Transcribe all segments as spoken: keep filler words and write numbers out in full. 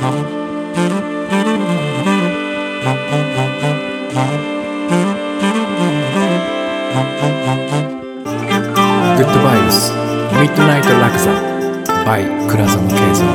グッドバイブスミッドナイトラクザ by 倉園慶三。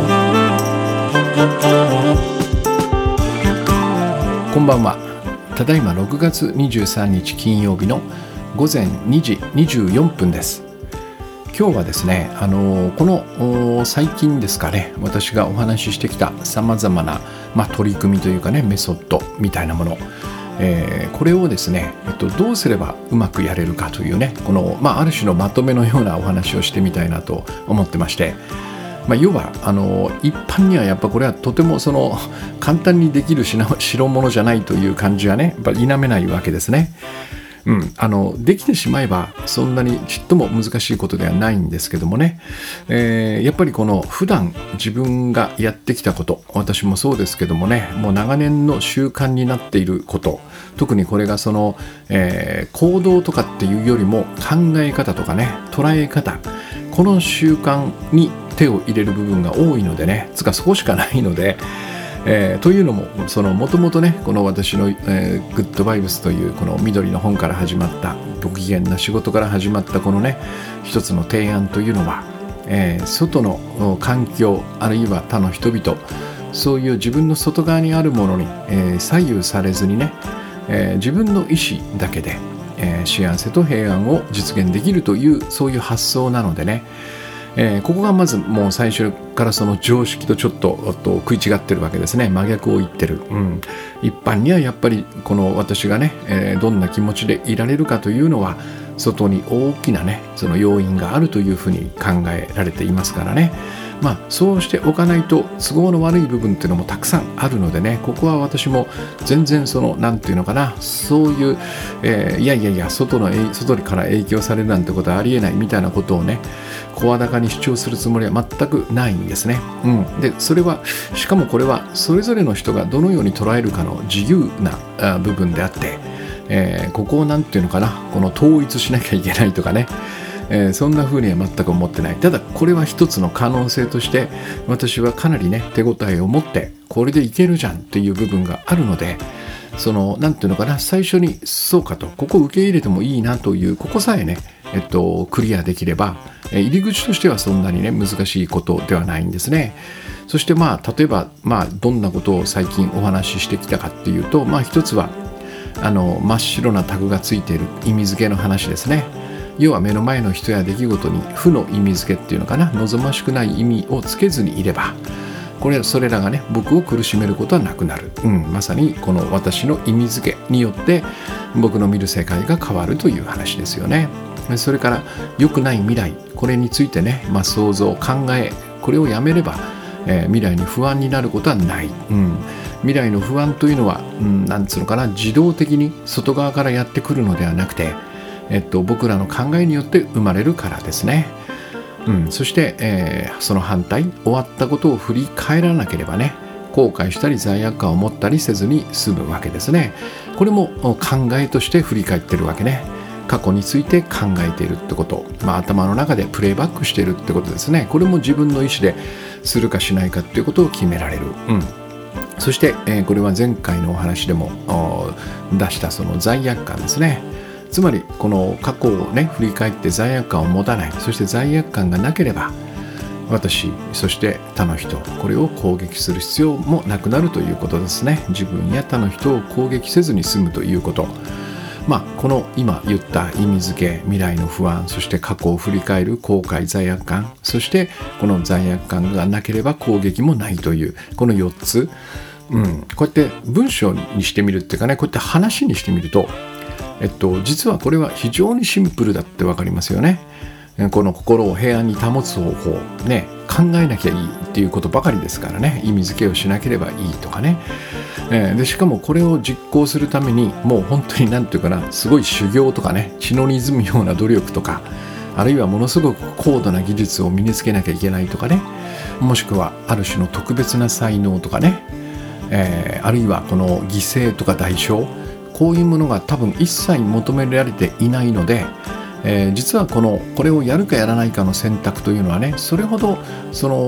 こんばんは。ただいまろくがつにじゅうさんにち金曜日のごぜんにじにじゅうよんぷんです。今日はですね、あのこの最近ですかね、私がお話ししてきたさまざまな、まあ、取り組みというかね、メソッドみたいなもの、えー、これをですね、えっと、どうすればうまくやれるかというね、この、まあ、ある種のまとめのようなお話をしてみたいなと思ってまして、まあ、要はあの一般にはやっぱこれはとてもその簡単にできる代物じゃないという感じはね、やっぱ否めないわけですね。うん、あのできてしまえばそんなにちっとも難しいことではないんですけどもね、えー、やっぱりこの普段自分がやってきたこと、私もそうですけどもね、もう長年の習慣になっていること、特にこれがその、えー、行動とかっていうよりも考え方とかね、捉え方、この習慣に手を入れる部分が多いのでね、つかそこしかないので、えー、というのもそのもともとね、この私の、えー、グッドバイブスというこの緑の本から始まったご機嫌な仕事から始まったこのね一つの提案というのは、えー、外の環境あるいは他の人々、そういう自分の外側にあるものに、えー、左右されずにね、えー、自分の意思だけで、えー、幸せと平安を実現できるというそういう発想なのでね、えー、ここがまずもう最初からその常識とちょっとと食い違ってるわけですね。真逆を言ってる、うん、一般にはやっぱりこの私がね、えー、どんな気持ちでいられるかというのは外に大きなねその要因があるというふうに考えられていますからね。まあそうしておかないと都合の悪い部分っていうのもたくさんあるのでね、ここは私も全然そのなんていうのかな、そういう、えー、いやいやいや外の外から影響されるなんてことはありえないみたいなことをね声高に主張するつもりは全くないんですね。うん、でそれはしかもこれはそれぞれの人がどのように捉えるかの自由な部分であって、えー、ここをなんていうのかな、この統一しなきゃいけないとかね、えー、そんな風には全く思ってない。ただこれは一つの可能性として私はかなりね手応えを持ってこれでいけるじゃんっていう部分があるので、そのなんていうのかな、最初にそうかと、ここ受け入れてもいいなというここさえね、えっと、クリアできれば入り口としてはそんなにね難しいことではないんですね。そしてまあ例えばまあどんなことを最近お話ししてきたかっていうと、まあ一つはあの真っ白なタグがついている意味付けの話ですね。要は目の前の人や出来事に負の意味付けっていうのかな、望ましくない意味をつけずにいれば、これそれらがね僕を苦しめることはなくなる、うん、まさにこの私の意味付けによって僕の見る世界が変わるという話ですよね。それから良くない未来、これについてね、まあ、想像考え、これをやめれば、えー、未来に不安になることはない、うん、未来の不安というのは、うん、なんつうのかな、自動的に外側からやってくるのではなくて、えっと、僕らの考えによって生まれるからですね。うん、そして、えー、その反対、終わったことを振り返らなければね、後悔したり罪悪感を持ったりせずに済むわけですね。これも考えとして振り返ってるわけね。過去について考えているってこと、まあ、頭の中でプレイバックしているってことですね。これも自分の意思でするかしないかっていうことを決められる。うん、そして、えー、これは前回のお話でも出したその罪悪感ですね。つまりこの過去をね振り返って罪悪感を持たない、そして罪悪感がなければ私そして他の人、これを攻撃する必要もなくなるということですね。自分や他の人を攻撃せずに済むということ、まあこの今言った意味付け、未来の不安、そして過去を振り返る後悔、罪悪感、そしてこの罪悪感がなければ攻撃もないというこのよっつ、うん、こうやって文章にしてみるっていうかね、こうやって話にしてみるとえっと、実はこれは非常にシンプルだって分かりますよね。この心を平安に保つ方法、ね、考えなきゃいいっていうことばかりですからね、意味付けをしなければいいとかね、えー、でしかもこれを実行するためにもう本当に何ていうかな、すごい修行とかね、血の滲むような努力とか、あるいはものすごく高度な技術を身につけなきゃいけないとかね、もしくはある種の特別な才能とかね、えー、あるいはこの犠牲とか代償、こういうものが多分一切求められていないので、えー、実はこのこれをやるかやらないかの選択というのはね、それほどその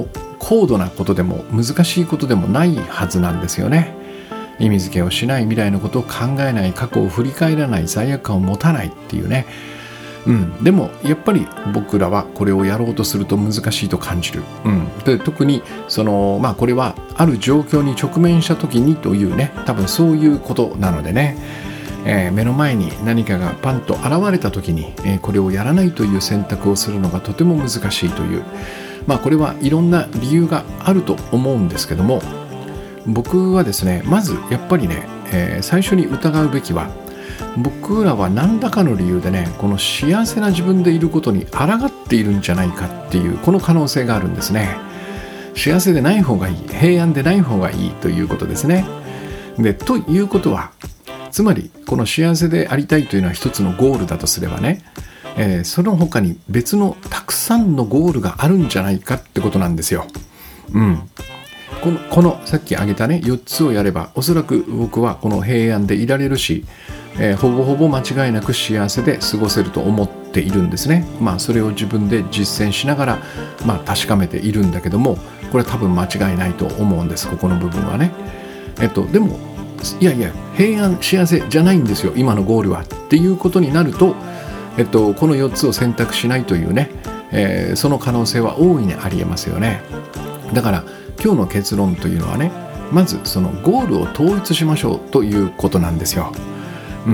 高度なことでも難しいことでもないはずなんですよね。意味付けをしない、未来のことを考えない、過去を振り返らない、罪悪感を持たないっていうね、うん、でもやっぱり僕らはこれをやろうとすると難しいと感じる、うん、で特にその、まあ、これはある状況に直面した時にというね、多分そういうことなのでね、えー、目の前に何かがパンと現れた時に、えー、これをやらないという選択をするのがとても難しいという、まあ、これはいろんな理由があると思うんですけども、僕はですね、まずやっぱりね、えー、最初に疑うべきは、僕らは何らかの理由でね、この幸せな自分でいることに抗っているんじゃないかっていう、この可能性があるんですね。幸せでない方がいい、平安でない方がいいということですね。で、ということは、つまりこの幸せでありたいというのは一つのゴールだとすればね、えー、その他に別のたくさんのゴールがあるんじゃないかってことなんですよ。うん。この、このさっき挙げたねよっつをやれば、おそらく僕はこの平安でいられるし、えー、ほぼほぼ間違いなく幸せで過ごせると思っているんですね。まあそれを自分で実践しながら、まあ、確かめているんだけども、これは多分間違いないと思うんです、ここの部分はね。えっとでもいやいや平安幸せじゃないんですよ今のゴールはっていうことになると、えっと、このよっつを選択しないというね、えー、その可能性は大いにありえますよね。だから今日の結論というのはね、まずそのゴールを統一しましょうということなんですよ。うん、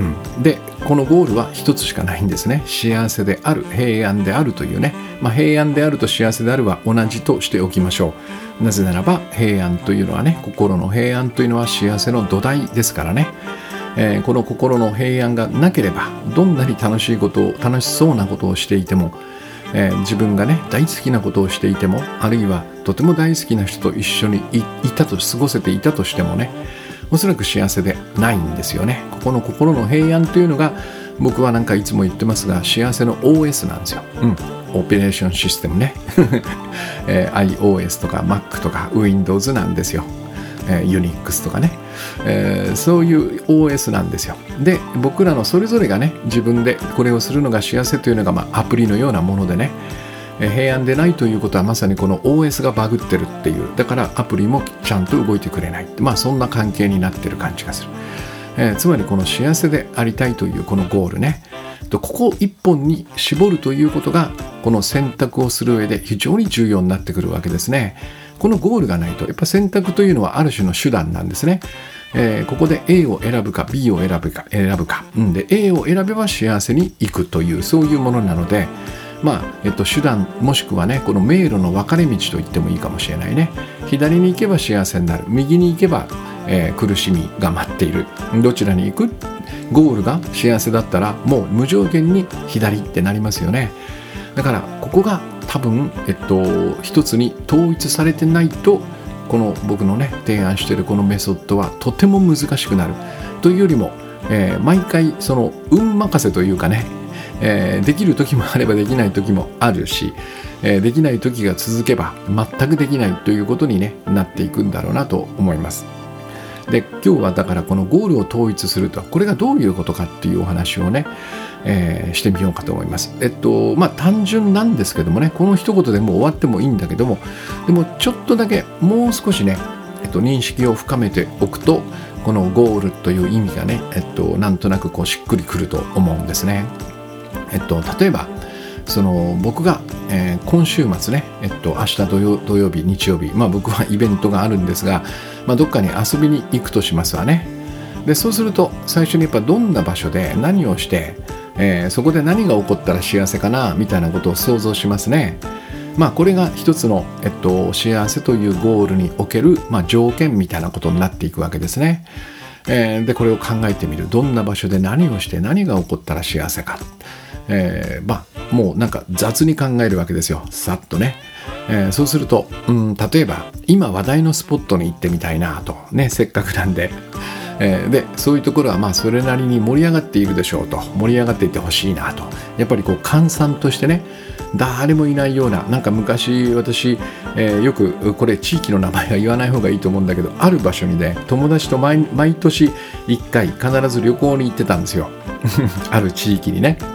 でこのゴールは一つしかないんですね。幸せである、平安であるというね、まあ、平安であると幸せであるは同じとしておきましょう。なぜならば平安というのはね、心の平安というのは幸せの土台ですからね、えー、この心の平安がなければ、どんなに楽しいことを楽しそうなことをしていても、えー、自分がね大好きなことをしていても、あるいはとても大好きな人と一緒に い, いたと過ごせていたとしてもね、おそらく幸せでないんですよね。ここの心の平安というのが、僕はなんかいつも言ってますが、幸せの オーエス なんですよ。うん、オペレーションシステムね、えー、iOS とか Mac とか Windows なんですよ。えー、Unix とかね、えー、そういう オーエス なんですよ。で、僕らのそれぞれがね、自分でこれをするのが幸せというのが、まあ、アプリのようなものでね、平安でないということはまさにこの オーエス がバグってるっていう、だからアプリもちゃんと動いてくれない、まあそんな関係になってる感じがする、えー、つまりこの幸せでありたいというこのゴールね、ここ一本に絞るということが、この選択をする上で非常に重要になってくるわけですね。このゴールがないと、やっぱ選択というのはある種の手段なんですね。えー、ここで A を選ぶか B を選ぶか選ぶか、うん、で A を選べば幸せに行くという、そういうものなので、まあえっと、手段もしくはね、この迷路の分かれ道と言ってもいいかもしれないね。左に行けば幸せになる、右に行けば、えー、苦しみが待っている。どちらに行く？ゴールが幸せだったらもう無条件に左ってなりますよね。だからここが多分、えっと、一つに統一されてないと、この僕のね提案しているこのメソッドはとても難しくなるというよりも、えー、毎回その運任せというかね、えー、できる時もあればできない時もあるし、えー、できない時が続けば全くできないということに、ね、なっていくんだろうなと思います。で、今日はだからこのゴールを統一すると、これがどういうことかっていうお話をね、えー、してみようかと思います。えっとまあ単純なんですけどもね、この一言でもう終わってもいいんだけども、でもちょっとだけもう少しね、えっと、認識を深めておくと、このゴールという意味がね、えっと、なんとなくこうしっくりくると思うんですね。えっと、例えばその僕が、えー、今週末ね、えっと、明日土曜、土曜日日曜日、まあ僕はイベントがあるんですが、まあ、どっかに遊びに行くとしますわね。でそうすると最初にやっぱどんな場所で何をして、えー、そこで何が起こったら幸せかなみたいなことを想像しますね。まあこれが一つの、えっと、幸せというゴールにおける、まあ、条件みたいなことになっていくわけですね。えー、でこれを考えてみる。どんな場所で何をして何が起こったら幸せか、えー、まあもうなんか雑に考えるわけですよ、さっとね。えー、そうすると、うん、例えば今話題のスポットに行ってみたいなとね、せっかくなんで、えー、でそういうところはまあそれなりに盛り上がっているでしょうと、盛り上がっていてほしいなと、やっぱりこう閑散としてね、誰もいないような、なんか昔私、えー、よくこれ地域の名前は言わない方がいいと思うんだけど、ある場所にね友達と 毎, 毎年いっかい必ず旅行に行ってたんですよある地域にね。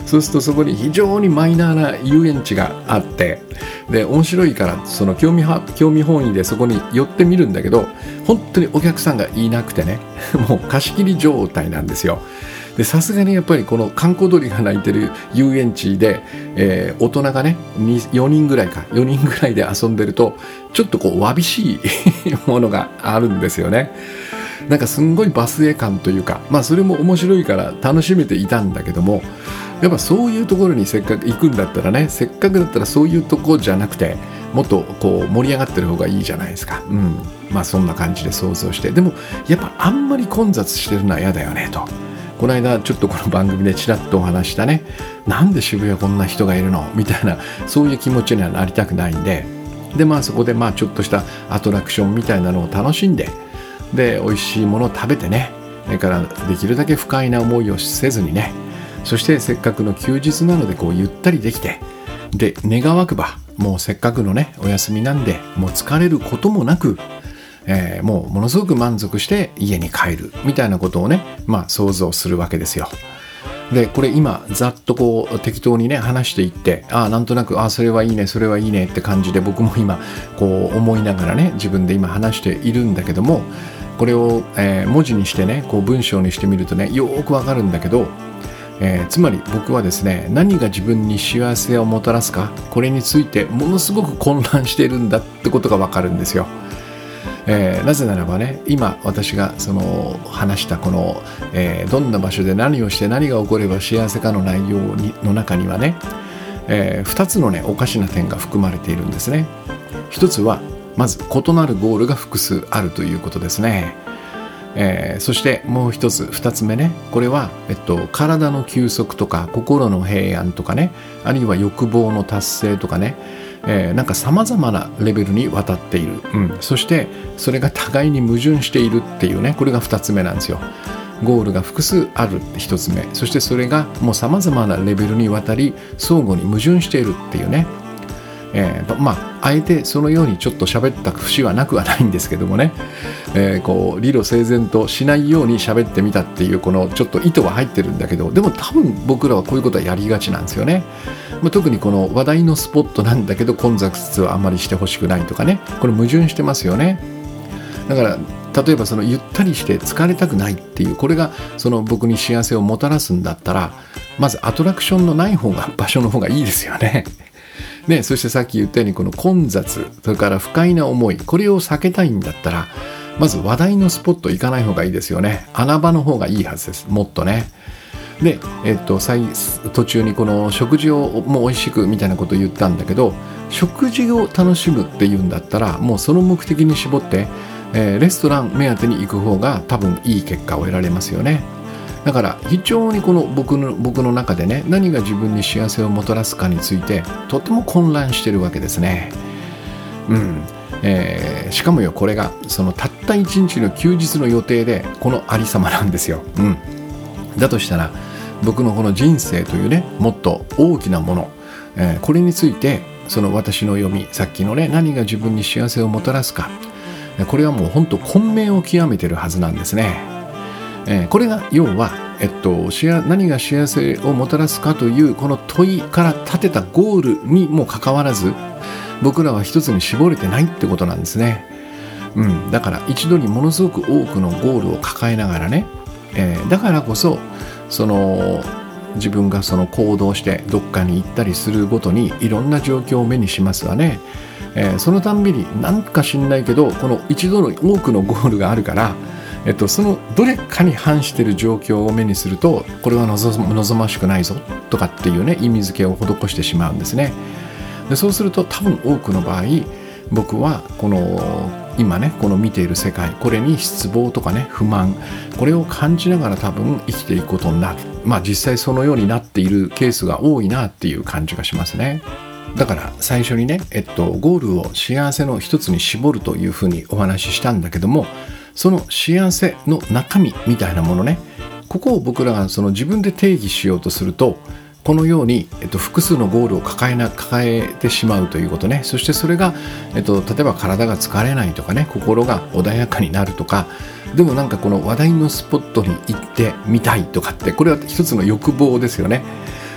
そうするとそこに非常にマイナーな遊園地があって、で面白いからその興味は興味本位でそこに寄ってみるんだけど、本当にお客さんがいなくてね、もう貸し切り状態なんですよ。でさすがにやっぱりこの閑古鳥が鳴いてる遊園地で、えー、大人がねよにんぐらいかよにんぐらいで遊んでるとちょっとこうわびしいものがあるんですよね。なんかすんごいバスエ感というか、まあそれも面白いから楽しめていたんだけども、やっぱそういうところにせっかく行くんだったらね、せっかくだったらそういうとこじゃなくてもっとこう盛り上がってる方がいいじゃないですか。うん、まあそんな感じで想像して、でもやっぱあんまり混雑してるのは嫌だよねと。この間ちょっとこの番組でちらっとお話したね、なんで渋谷こんな人がいるのみたいな、そういう気持ちにはなりたくないんで、でまあそこでまあちょっとしたアトラクションみたいなのを楽しんで、で美味しいものを食べてね、それからできるだけ不快な思いをせずにね、そしてせっかくの休日なのでこうゆったりできて、で願わくばもうせっかくのねお休みなんで、もう疲れることもなく、えー、もうものすごく満足して家に帰るみたいなことをね、まあ想像するわけですよ。でこれ今ざっとこう適当にね話していって、ああなんとなく、ああそれはいいねそれはいいねって感じで僕も今こう思いながらね自分で今話しているんだけども、これを、えー、文字にしてねこう文章にしてみるとねよーくわかるんだけど、えー、つまり僕はですね、何が自分に幸せをもたらすか、これについてものすごく混乱しているんだってことがわかるんですよ。えー、なぜならばね、今私がその話したこの、えー、どんな場所で何をして何が起これば幸せかの内容にの中にはね、えー、ふたつのねおかしな点が含まれているんですね。ひとつはまず異なるゴールが複数あるということですね。えー、そしてもう一つふたつめね、これは、えっと、体の休息とか心の平安とかね、あるいは欲望の達成とかね、えー、なんか様々なレベルにわたっている、うん、そしてそれが互いに矛盾しているっていうね、これがふたつめなんですよ。ゴールが複数あるってひとつめ、そしてそれがもう様々なレベルにわたり相互に矛盾しているっていうね、えー、まああえてそのようにちょっと喋った節はなくはないんですけどもね、えー、こう理路整然としないように喋ってみたっていうこのちょっと意図は入ってるんだけど、でも多分僕らはこういうことはやりがちなんですよね。まあ、特にこの話題のスポットなんだけど混雑はあんまりしてほしくないとかね、これ矛盾してますよね。だから例えばそのゆったりして疲れたくないっていう、これがその僕に幸せをもたらすんだったら、まずアトラクションのない方が場所の方がいいですよね。ね、そしてさっき言ったようにこの混雑、それから不快な思い、これを避けたいんだったらまず話題のスポット行かない方がいいですよね。穴場の方がいいはずです、もっとね。で、えっと、最途中にこの食事をもう美味しくみたいなことを言ったんだけど、食事を楽しむっていうんだったらもうその目的に絞って、えー、レストラン目当てに行く方が多分いい結果を得られますよね。だから非常にこの僕の僕の中でね、何が自分に幸せをもたらすかについてとても混乱してるわけですね。うんえー、しかもよ、これがそのたったいちにちの休日の予定でこのありさまなんですよ。うん、だとしたら僕のこの人生というねもっと大きなもの、えー、これについてその私の読み、さっきのね何が自分に幸せをもたらすか、これはもう本当混迷を極めてるはずなんですね。えー、これが要は、えっと、何が幸せをもたらすかというこの問いから立てたゴールにもかかわらず、僕らは一つに絞れてないってことなんですね。うん、だから一度にものすごく多くのゴールを抱えながらね、えー、だからこそその自分がその行動してどっかに行ったりするごとにいろんな状況を目にしますわね。えー、そのたんびになんか知んないけどこの一度の多くのゴールがあるから、えっと、そのどれかに反している状況を目にすると、これは望ましくないぞとかっていうね意味付けを施してしまうんですね。でそうすると多分多くの場合、僕はこの今ねこの見ている世界、これに失望とかね不満、これを感じながら多分生きていくことになる。まあ実際そのようになっているケースが多いなっていう感じがしますね。だから最初にね、えっと、ゴールを幸せの一つに絞るというふうにお話ししたんだけども、その幸せの中身みたいなものね、ここを僕らがその自分で定義しようとすると、このように、えっと、複数のゴールを抱えな抱えてしまうということね。そしてそれが、えっと、例えば体が疲れないとかね、心が穏やかになるとか、でもなんかこの話題のスポットに行ってみたいとかって、これは一つの欲望ですよね。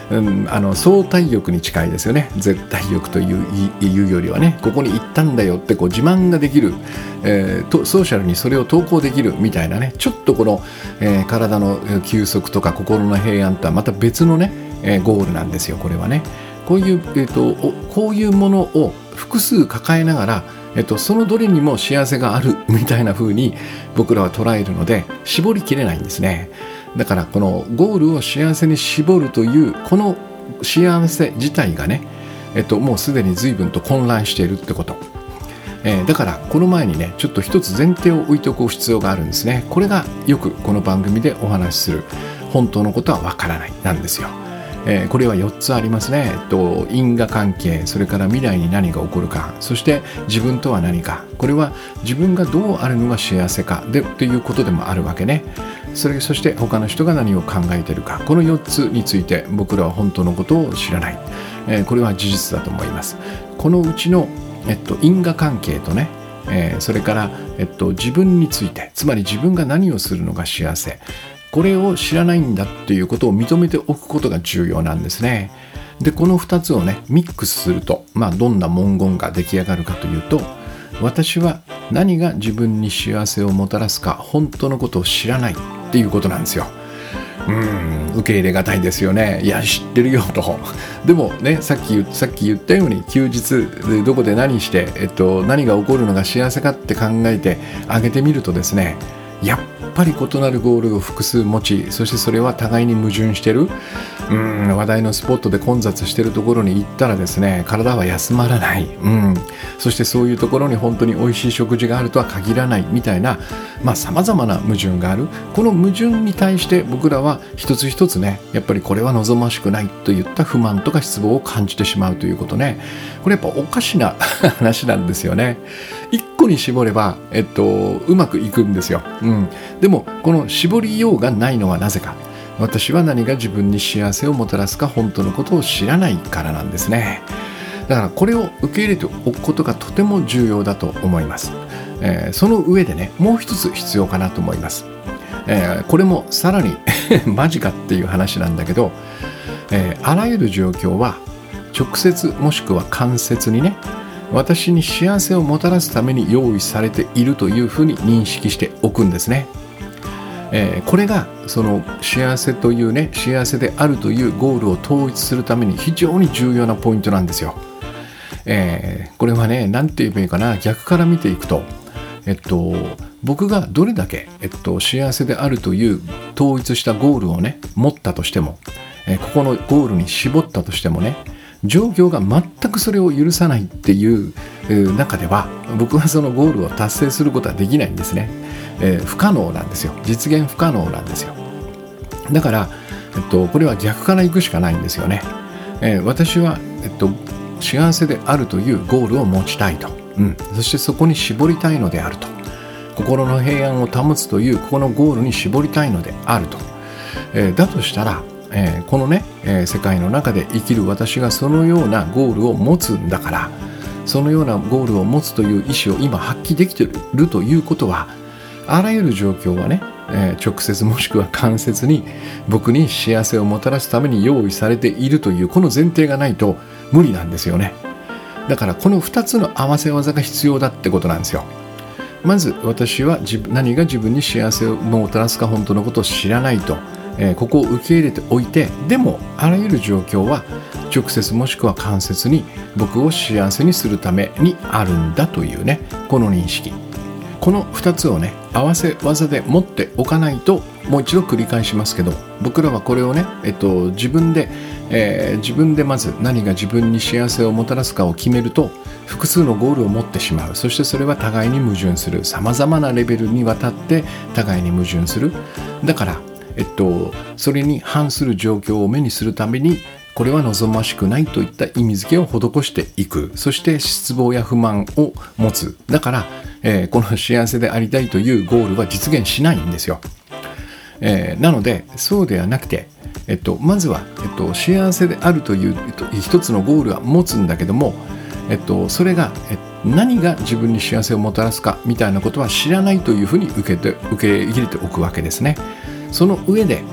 うん、あの相対欲に近いですよね。絶対欲という、いうよりはね、ここに行ったんだよってこう自慢ができる、えー、とソーシャルにそれを投稿できるみたいなね、ちょっとこの、えー、体の休息とか心の平安とはまた別のね、えー、ゴールなんですよ。これはね、こういう、えー、とこういうものを複数抱えながら、えっと、そのどれにも幸せがあるみたいな風に僕らは捉えるので、絞りきれないんですね。だからこのゴールを幸せに絞るというこの幸せ自体がね、えっと、もうすでに随分と混乱しているってこと、えー、だからこの前にねちょっと一つ前提を置いておく必要があるんですね。これがよくこの番組でお話しする本当のことはわからないなんですよ。えー、これはよっつありますね。えっと、因果関係、それから未来に何が起こるか、そして自分とは何か、これは自分がどうあるのが幸せかでということでもあるわけね。それそして他の人が何を考えているか、このよっつについて僕らは本当のことを知らない、えー、これは事実だと思います。このうちの、えっと、因果関係とね、えー、それから、えっと、自分について、つまり自分が何をするのが幸せ、これを知らないんだっていうことを認めておくことが重要なんですね。でこのふたつをねミックスすると、まあ、どんな文言が出来上がるかというと、私は何が自分に幸せをもたらすか本当のことを知らないっていうことなんですよ。うーん受け入れがたいですよね。いや知ってるよと。でもねさっきさっき言ったように休日でどこで何して、えっと、何が起こるのが幸せかって考えてあげてみるとですね、やっぱり異なるゴールを複数持ち、そしてそれは互いに矛盾してる。うーん話題のスポットで混雑してるところに行ったらですね、体は休まらない。うんそしてそういうところに本当に美味しい食事があるとは限らないみたいな、まあ様々な矛盾がある。この矛盾に対して僕らは一つ一つね、やっぱりこれは望ましくないといった不満とか失望を感じてしまうということね。これやっぱおかしな話なんですよね。一個に絞れば、えっと、うまくいくんですよ。うん、でもこの絞りようがないのはなぜか。私は何が自分に幸せをもたらすか本当のことを知らないからなんですね。だからこれを受け入れておくことがとても重要だと思います。えー、その上でねもう一つ必要かなと思います。えー、これもさらにマジかっていう話なんだけど、えー、あらゆる状況は直接もしくは間接にね、私に幸せをもたらすために用意されているというふうに認識しておくんですね。えー、これがその幸せというね、幸せであるというゴールを統一するために非常に重要なポイントなんですよ。えー、これはね、なんて言えばいいかな、逆から見ていくと、えっと、僕がどれだけ、えっと、幸せであるという統一したゴールをね、持ったとしても、えー、ここのゴールに絞ったとしてもね、状況が全くそれを許さないっていう中では、僕はそのゴールを達成することはできないんですね。えー、不可能なんですよ。実現不可能なんですよ。だから、えっと、これは逆から行くしかないんですよね。えー、私は、えっと、幸せであるというゴールを持ちたいと、うん、そしてそこに絞りたいのであると、心の平安を保つというここのゴールに絞りたいのであると、えー、だとしたら、えー、このね、えー、世界の中で生きる私がそのようなゴールを持つんだから、そのようなゴールを持つという意思を今発揮できているということは、あらゆる状況はね、えー、直接もしくは間接に僕に幸せをもたらすために用意されているというこの前提がないと無理なんですよね。だからこのふたつの合わせ技が必要だってことなんですよ。まず私は自分何が自分に幸せをもたらすか本当のことを知らないと、えー、ここを受け入れておいて、でもあらゆる状況は直接もしくは間接に僕を幸せにするためにあるんだというね、この認識、このふたつをね合わせ技で持っておかないと、もう一度繰り返しますけど、僕らはこれをね、えっと、自分で、えー、自分でまず何が自分に幸せをもたらすかを決めると、複数のゴールを持ってしまう。そしてそれは互いに矛盾する。さまざまなレベルにわたって互いに矛盾する。だから、えっと、それに反する状況を目にするために、これは望ましくないといった意味付けを施していく。そして失望や不満を持つ。だから、えー、この幸せでありたいというゴールは実現しないんですよ。えー、なのでそうではなくて、えっと、まずは、えっと、幸せであるという、えっと、一つのゴールは持つんだけども、えっと、それが、え何が自分に幸せをもたらすかみたいなことは知らないというふうに受けて、受け入れておくわけですね。その上で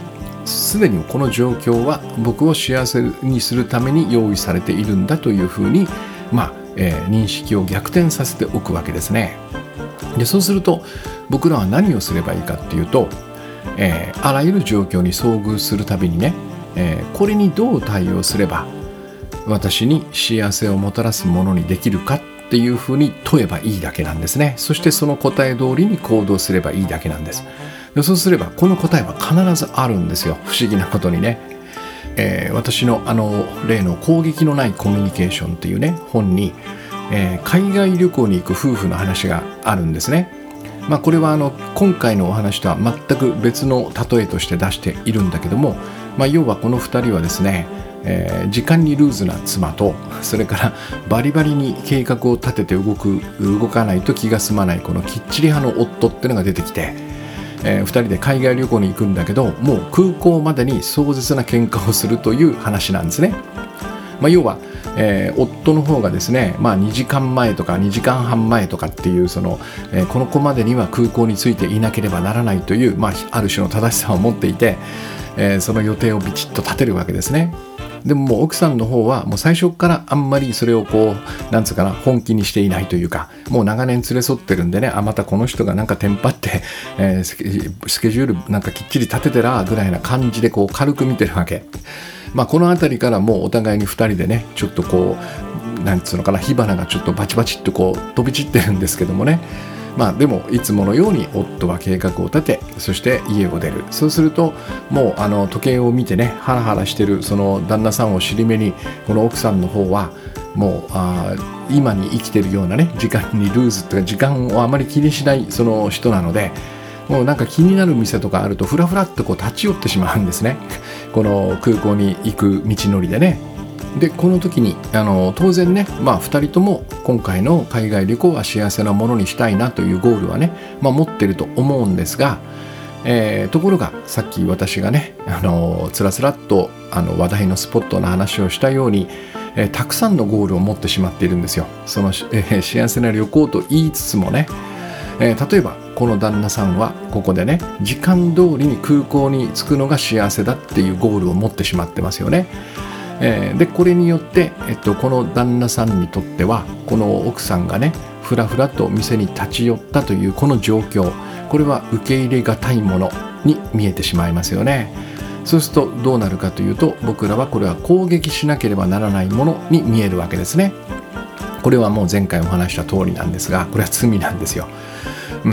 すでにこの状況は僕を幸せにするために用意されているんだというふうに、まあえー、認識を逆転させておくわけですね。でそうすると僕らは何をすればいいかっていうと、えー、あらゆる状況に遭遇するたびにね、えー、これにどう対応すれば私に幸せをもたらすものにできるかっていうふうに問えばいいだけなんですね。そしてその答え通りに行動すればいいだけなんです。でそうすればこの答えは必ずあるんですよ。不思議なことにね、えー、私のあの例の攻撃のないコミュニケーションっていうね本に、えー、海外旅行に行く夫婦の話があるんですね。まあ、これはあの今回のお話とは全く別の例えとして出しているんだけども、まあ、要はこのふたりはですね、えー、時間にルーズな妻とそれからバリバリに計画を立てて動く動かないと気が済まないこのきっちり派の夫っていうのが出てきて、えー、ふたりで海外旅行に行くんだけどもう空港までに壮絶な喧嘩をするという話なんですね。まあ、要は、えー、夫の方がですね、まあ、にじかんまえとかにじかんはんまえとかっていうその、えー、この子までには空港に着いていなければならないという、まあ、ある種の正しさを持っていて、えー、その予定をビチッと立てるわけですね。でももう奥さんの方はもう最初からあんまりそれをこうなんつうかな本気にしていないというか、もう長年連れ添ってるんでね、あまたこの人がなんかテンパって、えー、スケジュールなんかきっちり立ててらぐらいな感じでこう軽く見てるわけ。まあ、この辺りからもうお互いにふたりでねちょっとこうなんつうのかな火花がちょっとバチバチっとこう飛び散ってるんですけどもね。まあでもいつものように夫は計画を立て、そして家を出る。そうするともうあの時計を見てねハラハラしてるその旦那さんを尻目にこの奥さんの方はもうあ今に生きてるようなね時間にルーズっていうか時間をあまり気にしないその人なので、もうなんか気になる店とかあるとフラフラっとこう立ち寄ってしまうんですね。この空港に行く道のりでね。でこの時にあの当然ね、まあ、ふたりとも今回の海外旅行は幸せなものにしたいなというゴールはね、まあ、持ってると思うんですが、えー、ところがさっき私がねあのつらつらっとあの話題のスポットの話をしたように、えー、たくさんのゴールを持ってしまっているんですよ。その、えー、幸せな旅行と言いつつもね、えー、例えばこの旦那さんはここでね時間通りに空港に着くのが幸せだっていうゴールを持ってしまってますよね。えー、でこれによって、えっと、この旦那さんにとってはこの奥さんがねふらふらと店に立ち寄ったというこの状況、これは受け入れがたいものに見えてしまいますよね。そうするとどうなるかというと、僕らはこれは攻撃しなければならないものに見えるわけですね。これはもう前回お話した通りなんですが、これは罪なんですよ。うん、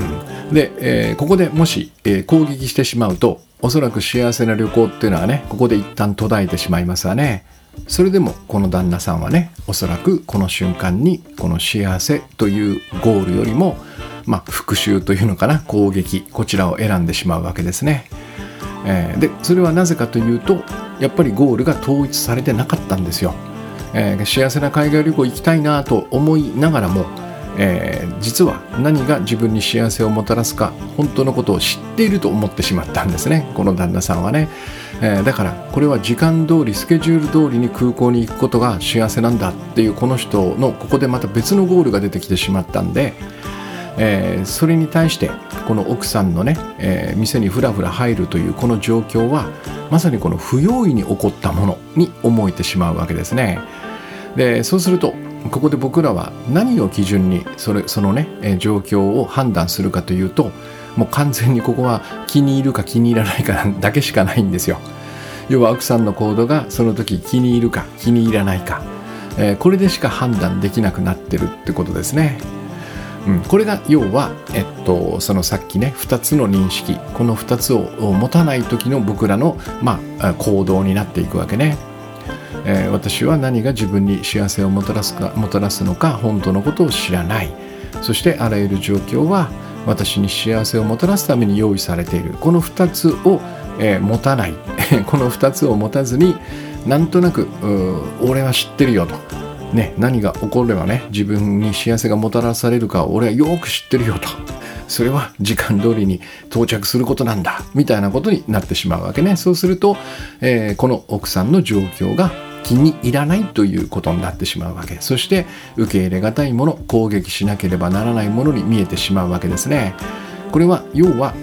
で、えー、ここでもし、えー、攻撃してしまうとおそらく幸せな旅行っていうのはねここで一旦途絶えてしまいますわね。それでもこの旦那さんはねおそらくこの瞬間にこの幸せというゴールよりも、まあ、復讐というのかな攻撃こちらを選んでしまうわけですね。えー、でそれはなぜかというとやっぱりゴールが統一されてなかったんですよ。えー、幸せな海外旅行行きたいなと思いながらもえー、実は何が自分に幸せをもたらすか本当のことを知っていると思ってしまったんですね、この旦那さんはね。えー、だからこれは時間通りスケジュール通りに空港に行くことが幸せなんだっていうこの人のここでまた別のゴールが出てきてしまったんで、えー、それに対してこの奥さんのね、えー、店にふらふら入るというこの状況はまさにこの不用意に起こったものに思えてしまうわけですね。でそうするとここで僕らは何を基準にそれそのね、えー、状況を判断するかというと、もう完全にここは気に入るか気に入らないかだけしかないんですよ。要は奥さんの行動がその時気に入るか気に入らないか、えー、これでしか判断できなくなってるってことですね。うん、これが要は、えっと、そのさっきねふたつの認識、このふたつを持たない時の僕らの、まあ、行動になっていくわけね。えー、私は何が自分に幸せをもたらすかもたらすのか本当のことを知らない。そしてあらゆる状況は私に幸せをもたらすために用意されている。このふたつを、えー、持たないこのふたつを持たずになんとなく俺は知ってるよと、ね、何が起こればね自分に幸せがもたらされるか俺はよく知ってるよと、それは時間通りに到着することなんだみたいなことになってしまうわけね。そうすると、えー、この奥さんの状況が気に入らないということになってしまうわけ。そして受け入れがたいもの、攻撃しなければならないものに見えてしまうわけですね。これは要は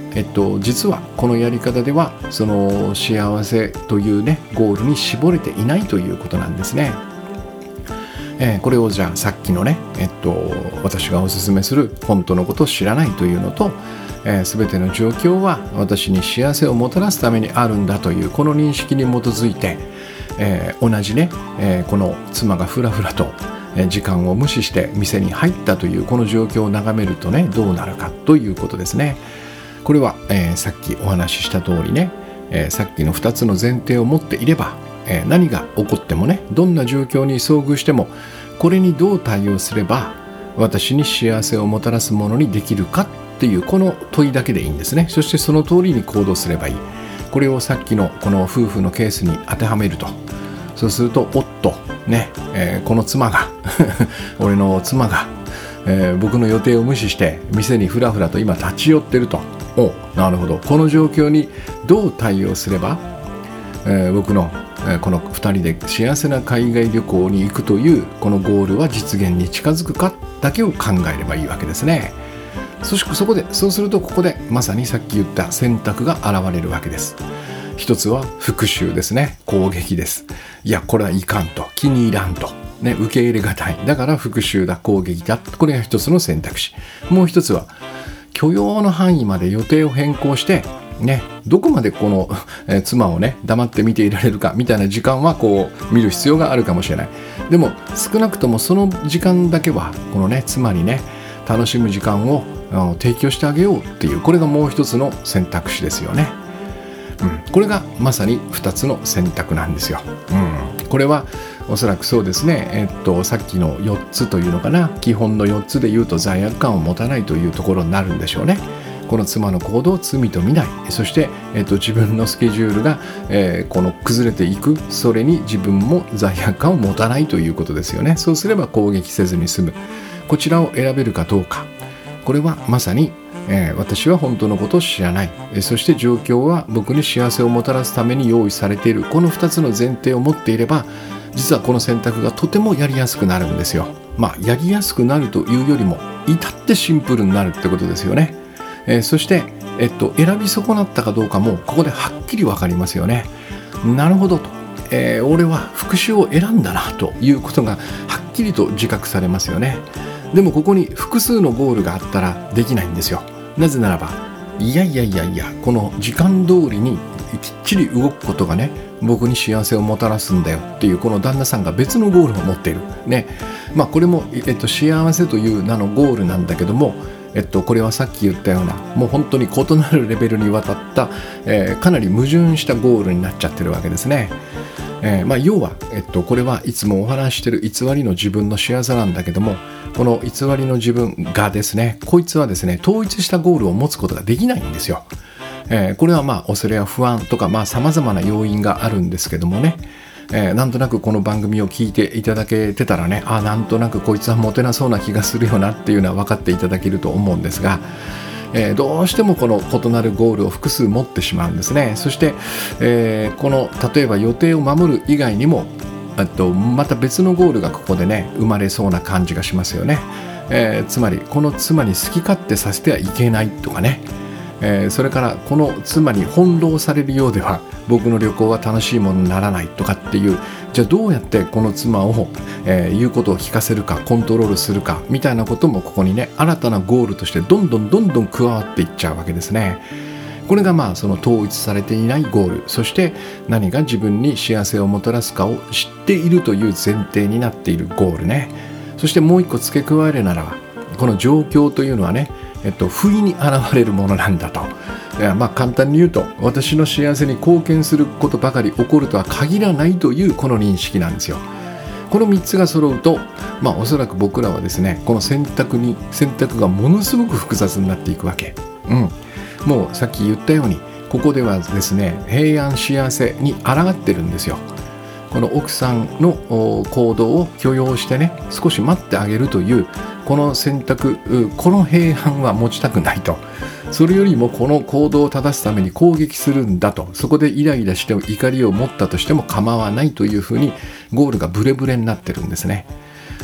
えっと、実はこのやり方ではその幸せというねゴールに絞れていないということなんですね。えー、これをじゃあさっきのね、えっと、私がおすすめする本当のことを知らないというのと、えー、全ての状況は私に幸せをもたらすためにあるんだというこの認識に基づいて、えー、同じね、えー、この妻がふらふらと時間を無視して店に入ったというこの状況を眺めるとねどうなるかということですね。これは、えー、さっきお話しした通りね、えー、さっきのふたつの前提を持っていれば、えー、何が起こってもねどんな状況に遭遇してもこれにどう対応すれば私に幸せをもたらすものにできるかっていうこの問いだけでいいんですね。そしてその通りに行動すればいい。これをさっきのこの夫婦のケースに当てはめると、そうするとおっとね、えー、この妻が俺の妻が、えー、僕の予定を無視して店にふらふらと今立ち寄ってると。お、なるほど。この状況にどう対応すれば、えー、僕の、えー、このふたりで幸せな海外旅行に行くというこのゴールは実現に近づくかだけを考えればいいわけですね。そしてそこでそうするとここでまさにさっき言った選択が現れるわけです。一つは復讐ですね。攻撃です。いやこれはいかんと、気に入らんと、ね、受け入れがたい、だから復讐だ、攻撃だ、これが一つの選択肢。もう一つは許容の範囲まで予定を変更してね、どこまでこの、えー、妻をね黙って見ていられるかみたいな時間はこう見る必要があるかもしれない。でも少なくともその時間だけはこのね妻にね楽しむ時間を提供してあげようっていう、これがもう一つの選択肢ですよね。うん、これがまさにふたつの選択なんですよ。うん、これはおそらくそうですね、えっと、さっきのよっつというのかな、基本のよっつで言うと罪悪感を持たないというところになるんでしょうね。この妻の行動を罪と見ない、そして、えっと、自分のスケジュールが、えー、この崩れていく、それに自分も罪悪感を持たないということですよね。そうすれば攻撃せずに済む。こちらを選べるかどうか、これはまさにえー、私は本当のことを知らない、えー、そして状況は僕に幸せをもたらすために用意されている、このふたつの前提を持っていれば実はこの選択がとてもやりやすくなるんですよ。まあやりやすくなるというよりも至ってシンプルになるってことですよね。えー、そして、えっと、選び損なったかどうかもここではっきり分かりますよね。なるほどと、えー、俺は復讐を選んだなということがはっきりと自覚されますよね。でもここに複数のゴールがあったらできないんですよ。なぜならばいやいやいやいやこの時間通りにきっちり動くことがね僕に幸せをもたらすんだよっていうこの旦那さんが別のゴールを持っているね。まあこれも、えっと、幸せという名のゴールなんだけども、えっと、これはさっき言ったようなもう本当に異なるレベルにわたった、えー、かなり矛盾したゴールになっちゃってるわけですね。えーまあ、要は、えっと、これはいつもお話ししている偽りの自分の幸せなんだけども、この偽りの自分がですね、こいつはですね統一したゴールを持つことができないんですよ。えー、これはまあ恐れや不安とかまあ様々な要因があるんですけどもね、えー、なんとなくこの番組を聞いていただけてたらね、あなんとなくこいつはモテなそうな気がするよなっていうのは分かっていただけると思うんですが、えー、どうしてもこの異なるゴールを複数持ってしまうんですね。そして、えー、この例えば予定を守る以外にもとまた別のゴールがここでね生まれそうな感じがしますよね。えー、つまりこの妻に好き勝手させてはいけないとかね、えー、それからこの妻に翻弄されるようでは僕の旅行は楽しいものにならないとかっていう、じゃあどうやってこの妻を、えー、言うことを聞かせるかコントロールするかみたいなこともここにね新たなゴールとしてどんどんどんどん加わっていっちゃうわけですね。これがまあその統一されていないゴール、そして何が自分に幸せをもたらすかを知っているという前提になっているゴールね。そしてもう一個付け加えるならばこの状況というのはね、えっと、不意に現れるものなんだと。いやまあ簡単に言うと私の幸せに貢献することばかり起こるとは限らないというこの認識なんですよ。このみっつが揃うと、まあ、おそらく僕らはですねこの選択に選択がものすごく複雑になっていくわけ。うん、もうさっき言ったようにここではですね平安幸せに抗ってるんですよ。この奥さんの行動を許容してね少し待ってあげるというこの選択、この平安は持ちたくないと。それよりもこの行動を正すために攻撃するんだと。そこでイライラしても怒りを持ったとしても構わないというふうにゴールがブレブレになってるんですね。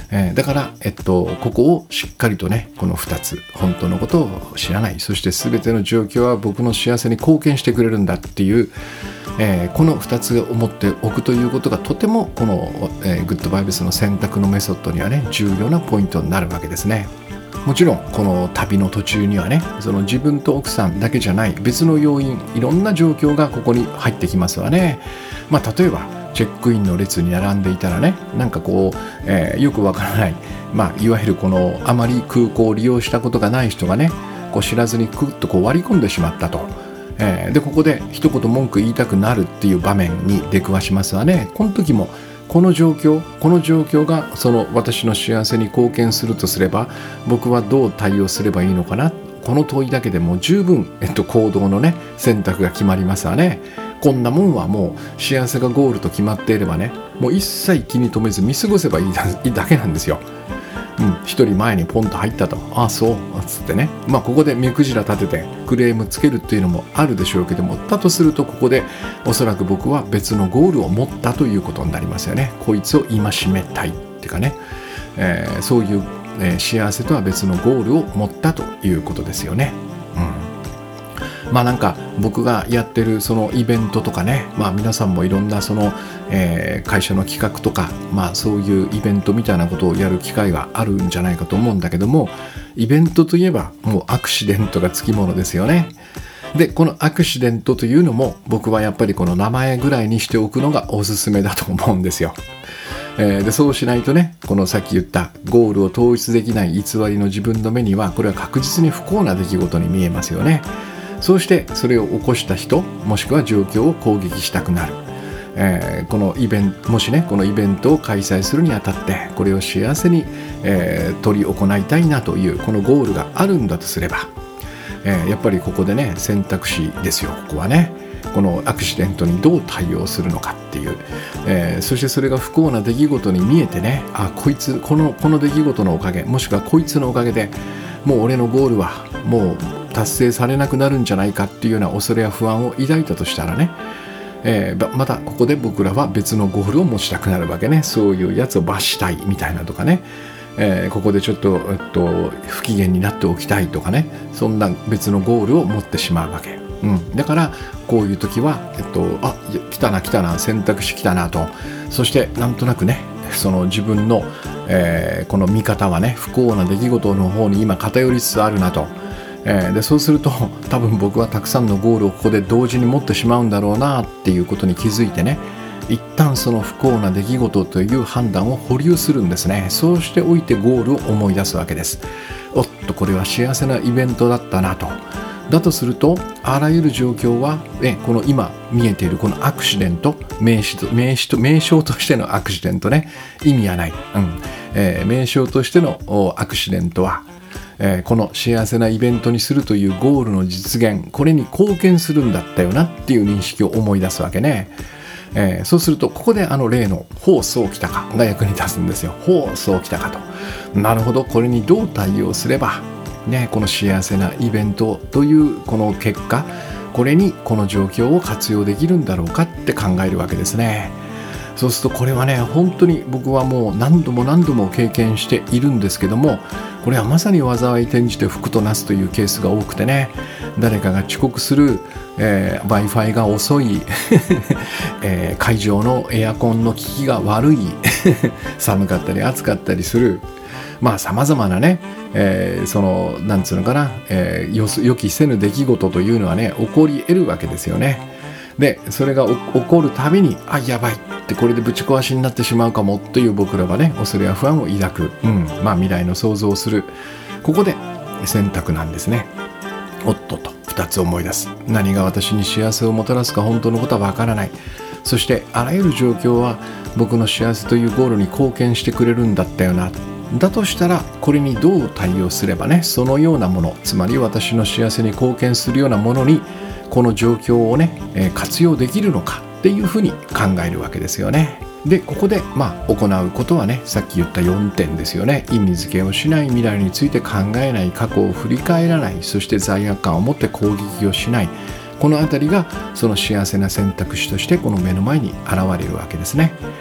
えー、だから、えっと、ここをしっかりとね、このふたつ、本当のことを知らない、そして全ての状況は僕の幸せに貢献してくれるんだっていう、えー、このふたつを持っておくということがとてもこの、えー、グッドバイブスの選択のメソッドにはね、重要なポイントになるわけですね。もちろんこの旅の途中にはね、その自分と奥さんだけじゃない別の要因、いろんな状況がここに入ってきますわね。まあ例えばチェックインの列に並んでいたらね、なんかこう、えー、よくわからない、まあいわゆるこのあまり空港を利用したことがない人がね、こう知らずにクッとこう割り込んでしまったと。えー、でここで一言文句言いたくなるっていう場面に出くわしますわね。この時もこの状況この状況がその私の幸せに貢献するとすれば、僕はどう対応すればいいのかな、この問いだけでも十分、えっと、行動のね選択が決まりますわね。こんなもんはもう幸せがゴールと決まっていればね、もう一切気に留めず見過ごせばいい だ, いいだけなんですよ。うん、一人前にポンと入ったと、ああそうつってね、まあここで目くじら立ててクレームつけるっていうのもあるでしょうけども、だとするとここでおそらく僕は別のゴールを持ったということになりますよね。こいつを戒めたいっていうかね、えー、そういう、えー、幸せとは別のゴールを持ったということですよね。うん、まあなんか僕がやってるそのイベントとかね、まあ皆さんもいろんなその、えー、会社の企画とか、まあそういうイベントみたいなことをやる機会があるんじゃないかと思うんだけども、イベントといえばもうアクシデントがつきものですよね。でこのアクシデントというのも僕はやっぱりこの名前ぐらいにしておくのがおすすめだと思うんですよ。えー、でそうしないとね、このさっき言ったゴールを統一できない偽りの自分の目にはこれは確実に不幸な出来事に見えますよね。そうしてそれを起こした人もしくは状況を攻撃したくなる、えー、このイベントもしねこのイベントを開催するにあたってこれを幸せに、えー、取り行いたいなというこのゴールがあるんだとすれば、えー、やっぱりここでね選択肢ですよ。ここはねこのアクシデントにどう対応するのかっていう、えー、そしてそれが不幸な出来事に見えてね、あこいつこのこの出来事のおかげもしくはこいつのおかげでもう俺のゴールはもう達成されなくなるんじゃないかっていうような恐れや不安を抱いたとしたらね、えー、またここで僕らは別のゴールを持ちたくなるわけね。そういうやつを罰したいみたいなとかね、えー、ここでちょっと、えっと、不機嫌になっておきたいとかね、そんな別のゴールを持ってしまうわけ。うん、だからこういう時は、えっと、あ来たな来たな選択肢来たなと、そしてなんとなくねその自分の、えー、この見方はね不幸な出来事の方に今偏りつつあるなと、えー、でそうすると多分僕はたくさんのゴールをここで同時に持ってしまうんだろうなっていうことに気づいてね、一旦その不幸な出来事という判断を保留するんですね。そうしておいてゴールを思い出すわけです。おっとこれは幸せなイベントだったなと。だとするとあらゆる状況は、ね、この今見えているこのアクシデント名詞と名詞と名称としてのアクシデントね、意味はない、うんえー、名称としてのアクシデントは、えー、この幸せなイベントにするというゴールの実現、これに貢献するんだったよなっていう認識を思い出すわけね。えー、そうするとここであの例の法そうきたかが役に立つんですよ。法そうきたかと、なるほどこれにどう対応すればね、この幸せなイベントというこの結果、これにこの状況を活用できるんだろうかって考えるわけですね。そうするとこれはね本当に僕はもう何度も何度も経験しているんですけども、これはまさに災い転じて福となすというケースが多くてね、誰かが遅刻する、えー、Wi-Fi が遅い、えー、会場のエアコンの効きが悪い寒かったり暑かったりする、まあさまざまなね、えー、そのなんつうのかな、えー、予期せぬ出来事というのはね起こり得るわけですよね。でそれが起こるたびにあやばいってこれでぶち壊しになってしまうかもという僕らはね恐れや不安を抱く、うん、まあ未来の想像をする、ここで選択なんですね。おっととふたつ思い出す。何が私に幸せをもたらすか本当のことはわからない。そしてあらゆる状況は僕の幸せというゴールに貢献してくれるんだったよな。だとしたらこれにどう対応すればねそのようなもの、つまり私の幸せに貢献するようなものにこの状況をね、えー、活用できるのかっていうふうに考えるわけですよね。でここでまあ行うことはねさっき言ったよんてんですよね。意味付けをしない、未来について考えない、過去を振り返らない、そして罪悪感を持って攻撃をしない、このあたりがその幸せな選択肢としてこの目の前に現れるわけですね。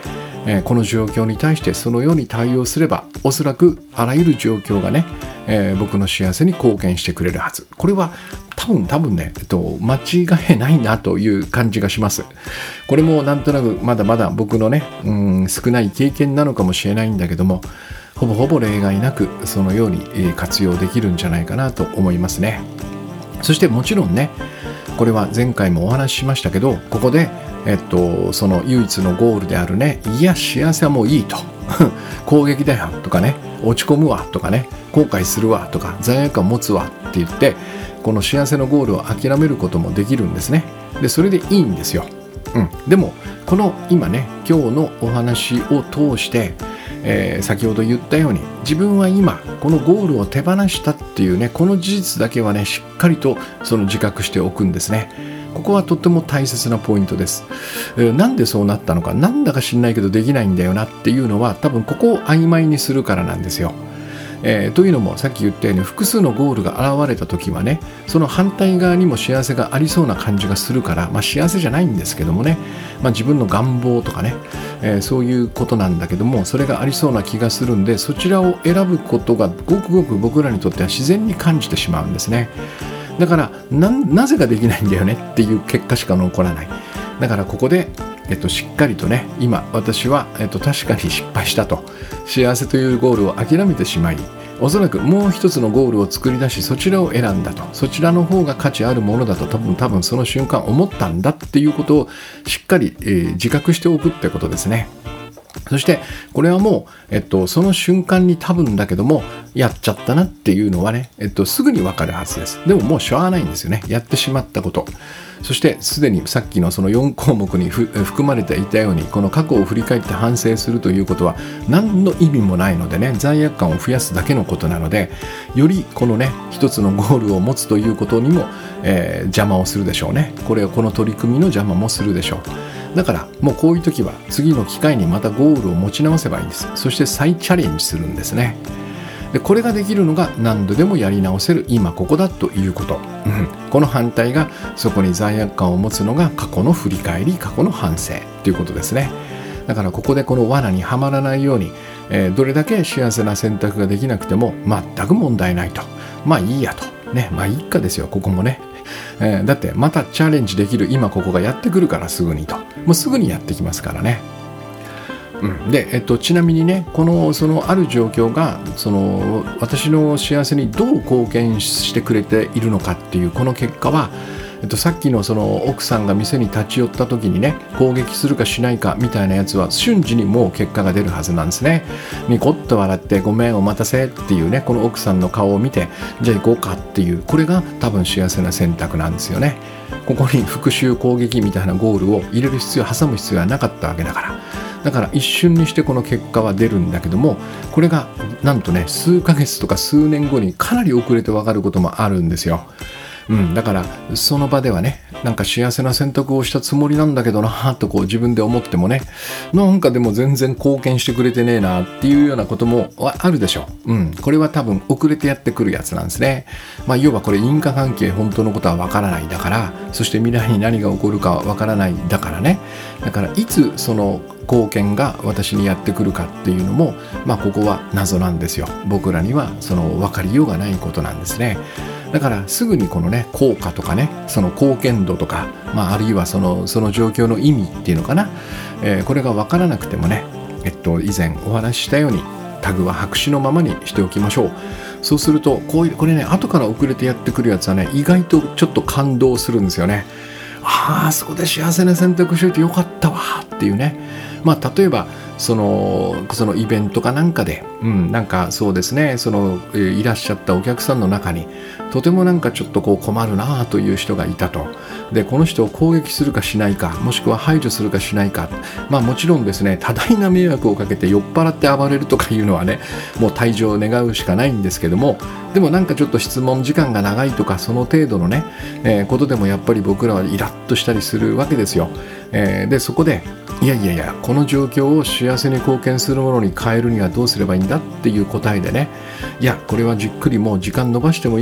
えー、この状況に対してそのように対応すれば、おそらくあらゆる状況がね、えー、僕の幸せに貢献してくれるはず。これは多分多分ね、えっと、間違いないなという感じがします。これもなんとなくまだまだ僕のね、うん、少ない経験なのかもしれないんだけども、ほぼほぼ例外なくそのように活用できるんじゃないかなと思いますね。そしてもちろんね、これは前回もお話ししましたけど、ここで、えっと、その唯一のゴールであるね、いや幸せはもういいと攻撃だよとかね、落ち込むわとかね、後悔するわとか、罪悪感持つわって言って、この幸せのゴールを諦めることもできるんですね。でそれでいいんですよ。うん、でもこの今ね、今日のお話を通して、えー、先ほど言ったように、自分は今このゴールを手放したっていうね、この事実だけはね、しっかりとその自覚しておくんですね。ここはとっても大切なポイントです。えー、なんでそうなったのか、なんだか知んないけどできないんだよなっていうのは、多分ここを曖昧にするからなんですよ。えー、というのもさっき言ったように、複数のゴールが現れた時はね、その反対側にも幸せがありそうな感じがするから、まあ、幸せじゃないんですけどもね、まあ、自分の願望とかね、えー、そういうことなんだけども、それがありそうな気がするんで、そちらを選ぶことがごくごく僕らにとっては自然に感じてしまうんですね。だから な, なぜができないんだよねっていう結果しか残らない。だからここで、えっと、しっかりとね、今私は、えっと、確かに失敗したと、幸せというゴールを諦めてしまい、おそらくもう一つのゴールを作り出し、そちらを選んだと、そちらの方が価値あるものだと多分多分その瞬間思ったんだっていうことをしっかり、えー、自覚しておくってことですね。そしてこれはもう、えっと、その瞬間に多分だけどもやっちゃったなっていうのはね、えっと、すぐにわかるはずです。でももうしょうがないんですよね、やってしまったこと。そしてすでにさっきのそのよん項目に含まれていたように、この過去を振り返って反省するということは何の意味もないのでね、罪悪感を増やすだけのことなので、よりこのね一つのゴールを持つということにも、えー、邪魔をするでしょうね。これをこの取り組みの邪魔もするでしょう。だからもうこういう時は次の機会にまたゴールを持ち直せばいいんです。そして再チャレンジするんですね。でこれができるのが何度でもやり直せる今ここだということ、うん、この反対がそこに罪悪感を持つのが過去の振り返り、過去の反省ということですね。だからここでこの罠にはまらないように、えー、どれだけ幸せな選択ができなくても全く問題ないと、まあいいやとね、まあいいかですよ。ここもね、えー、だってまたチャレンジできる今ここがやってくるから、すぐにと、もうすぐにやってきますからね。うん、で、えっと、ちなみにね、このそのある状況がその私の幸せにどう貢献してくれているのかっていうこの結果は、えっと、さっきのその奥さんが店に立ち寄った時にね、攻撃するかしないかみたいなやつは瞬時にもう結果が出るはずなんですね。ニコッと笑ってごめんお待たせっていうね、この奥さんの顔を見て、じゃあ行こうかっていう、これが多分幸せな選択なんですよね。ここに復讐攻撃みたいなゴールを入れる必要、挟む必要はなかったわけだから。だから一瞬にしてこの結果は出るんだけども、これがなんとね、数ヶ月とか数年後にかなり遅れて分かることもあるんですよ。うん、だからその場ではね、なんか幸せな選択をしたつもりなんだけどなとこう自分で思ってもね、なんかでも全然貢献してくれてねえなっていうようなこともあるでしょう。うん、これは多分遅れてやってくるやつなんですね。まあ要はこれ因果関係、本当のことはわからないだから、そして未来に何が起こるかわからないだからね。だからいつその貢献が私にやってくるかっていうのも、まあここは謎なんですよ。僕らにはその分かりようがないことなんですね。だからすぐにこのね、効果とかね、その貢献度とか、まあ、あるいはそのその状況の意味っていうのかな、えー、これが分からなくてもね、えっと以前お話ししたようにタグは白紙のままにしておきましょう。そうするとこういうこれね、後から遅れてやってくるやつはね、意外とちょっと感動するんですよね。ああ、そこで幸せな選択しといてよかったわっていうね。まあ例えばそのそのイベントかなんかで、うん、なんかそうですね、その、えー、いらっしゃったお客さんの中にとてもなんかちょっとこう困るなという人がいたと。でこの人を攻撃するかしないか、もしくは排除するかしないか、まあもちろんですね、多大な迷惑をかけて酔っ払って暴れるとかいうのはね、もう退場を願うしかないんですけども、でもなんかちょっと質問時間が長いとかその程度のね、えー、ことでもやっぱり僕らはイラッとしたりするわけですよ。えー、でそこでいやいやいや、この状況を幸せに貢献するものに変えるにはどうすればいいんだっていう答えでね、いやこれはじっくりもう時間延ばしてもいいから受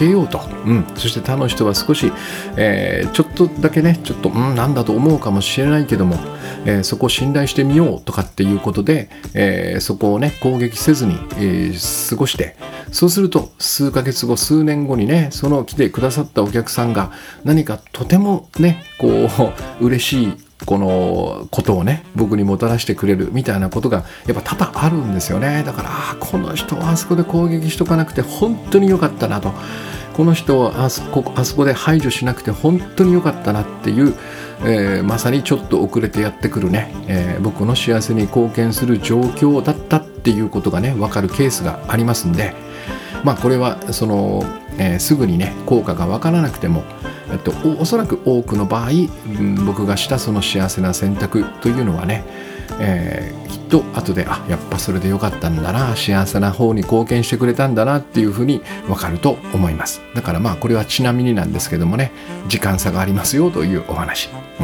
けようと、うん、そして他の人は少し、えー、ちょっとだけねちょっとうんなんだと思うかもしれないけども、えー、そこを信頼してみようとかっていうことで、えー、そこをね攻撃せずに、えー、過ごして、そうすると数ヶ月後数年後にねその来てくださったお客さんが何かとてもねこう嬉しいこのことをね僕にもたらしてくれるみたいなことがやっぱ多々あるんですよね。だからあこの人はあそこで攻撃しとかなくて本当に良かったなと、この人をあそこ、あそこで排除しなくて本当に良かったなっていう、えー、まさにちょっと遅れてやってくるね、えー、僕の幸せに貢献する状況だったっていうことがね分かるケースがありますんで、まあこれはその、えー、すぐにね効果が分からなくても、えっと、お, おそらく多くの場合、うん、僕がしたその幸せな選択というのはね、えー、きっと後であやっぱそれでよかったんだな、幸せな方に貢献してくれたんだなっていうふうに分かると思います。だからまあこれはちなみになんですけどもね、時間差がありますよというお話、うん、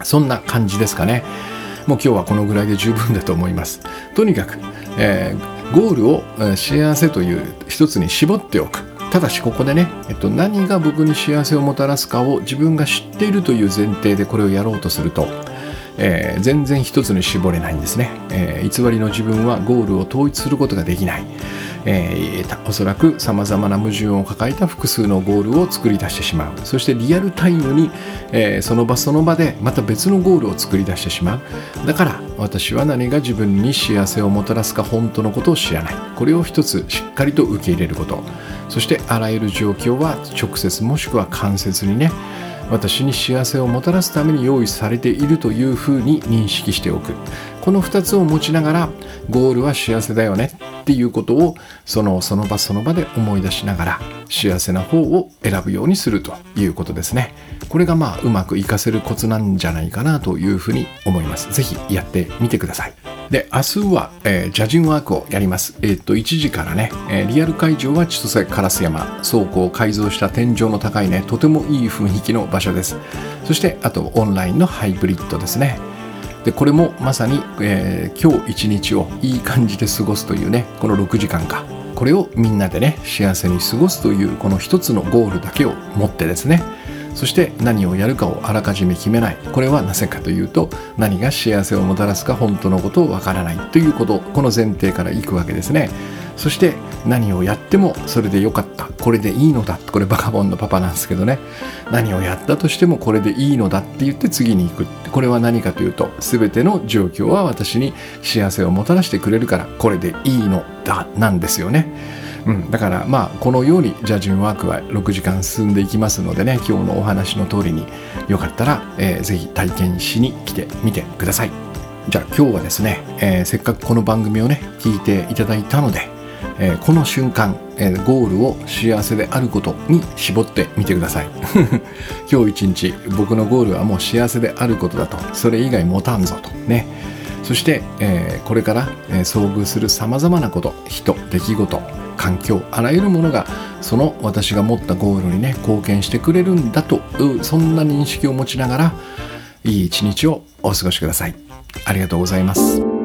そんな感じですかね。もう今日はこのぐらいで十分だと思います。とにかく、えー、ゴールを、えー、幸せという一つに絞っておく。ただしここでね、えっと、何が僕に幸せをもたらすかを自分が知っているという前提でこれをやろうとすると、えー、全然一つに絞れないんですね、えー、偽りの自分はゴールを統一することができない、えー、おそらくさまざまな矛盾を抱えた複数のゴールを作り出してしまう。そしてリアルタイムに、えー、その場その場でまた別のゴールを作り出してしまう。だから私は何が自分に幸せをもたらすか本当のことを知らない。これを一つしっかりと受け入れること。そしてあらゆる状況は直接もしくは間接にね、私に幸せをもたらすために用意されているというふうに認識しておく。このふたつを持ちながらゴールは幸せだよねっていうことをそのその場その場で思い出しながら幸せな方を選ぶようにするということですね。これがまあうまく活かせるコツなんじゃないかなというふうに思います。ぜひやってみてください。で明日は、えー、ジャジンワークをやります。えー、っといちじからね、えー、リアル会場は千歳烏山、倉庫を改造した天井の高いねとてもいい雰囲気の場所です。そしてあとオンラインのハイブリッドですね。でこれもまさに、えー、今日一日をいい感じで過ごすというね、このろくじかんか、これをみんなでね幸せに過ごすというこの一つのゴールだけを持ってですね、そして何をやるかをあらかじめ決めない。これはなぜかというと、何が幸せをもたらすか本当のことをわからないということ、この前提からいくわけですね。そして何をやってもそれでよかった、これでいいのだ、これバカボンのパパなんですけどね、何をやったとしてもこれでいいのだって言って次に行く。これは何かというと、全ての状況は私に幸せをもたらしてくれるからこれでいいのだなんですよね。うん、だからまあこのようにジャジンワークはろくじかん進んでいきますのでね、今日のお話の通りによかったら、えー、ぜひ体験しに来てみてください。じゃあ今日はですね、えー、せっかくこの番組をね聞いていただいたので、えー、この瞬間、えー、ゴールを幸せであることに絞ってみてください。今日一日僕のゴールはもう幸せであることだと、それ以外持たんぞとね。そして、えー、これから、えー、遭遇するさまざまなこと、人、出来事、環境、あらゆるものがその私が持ったゴールにね貢献してくれるんだと、そんな認識を持ちながらいい一日をお過ごしください。ありがとうございます。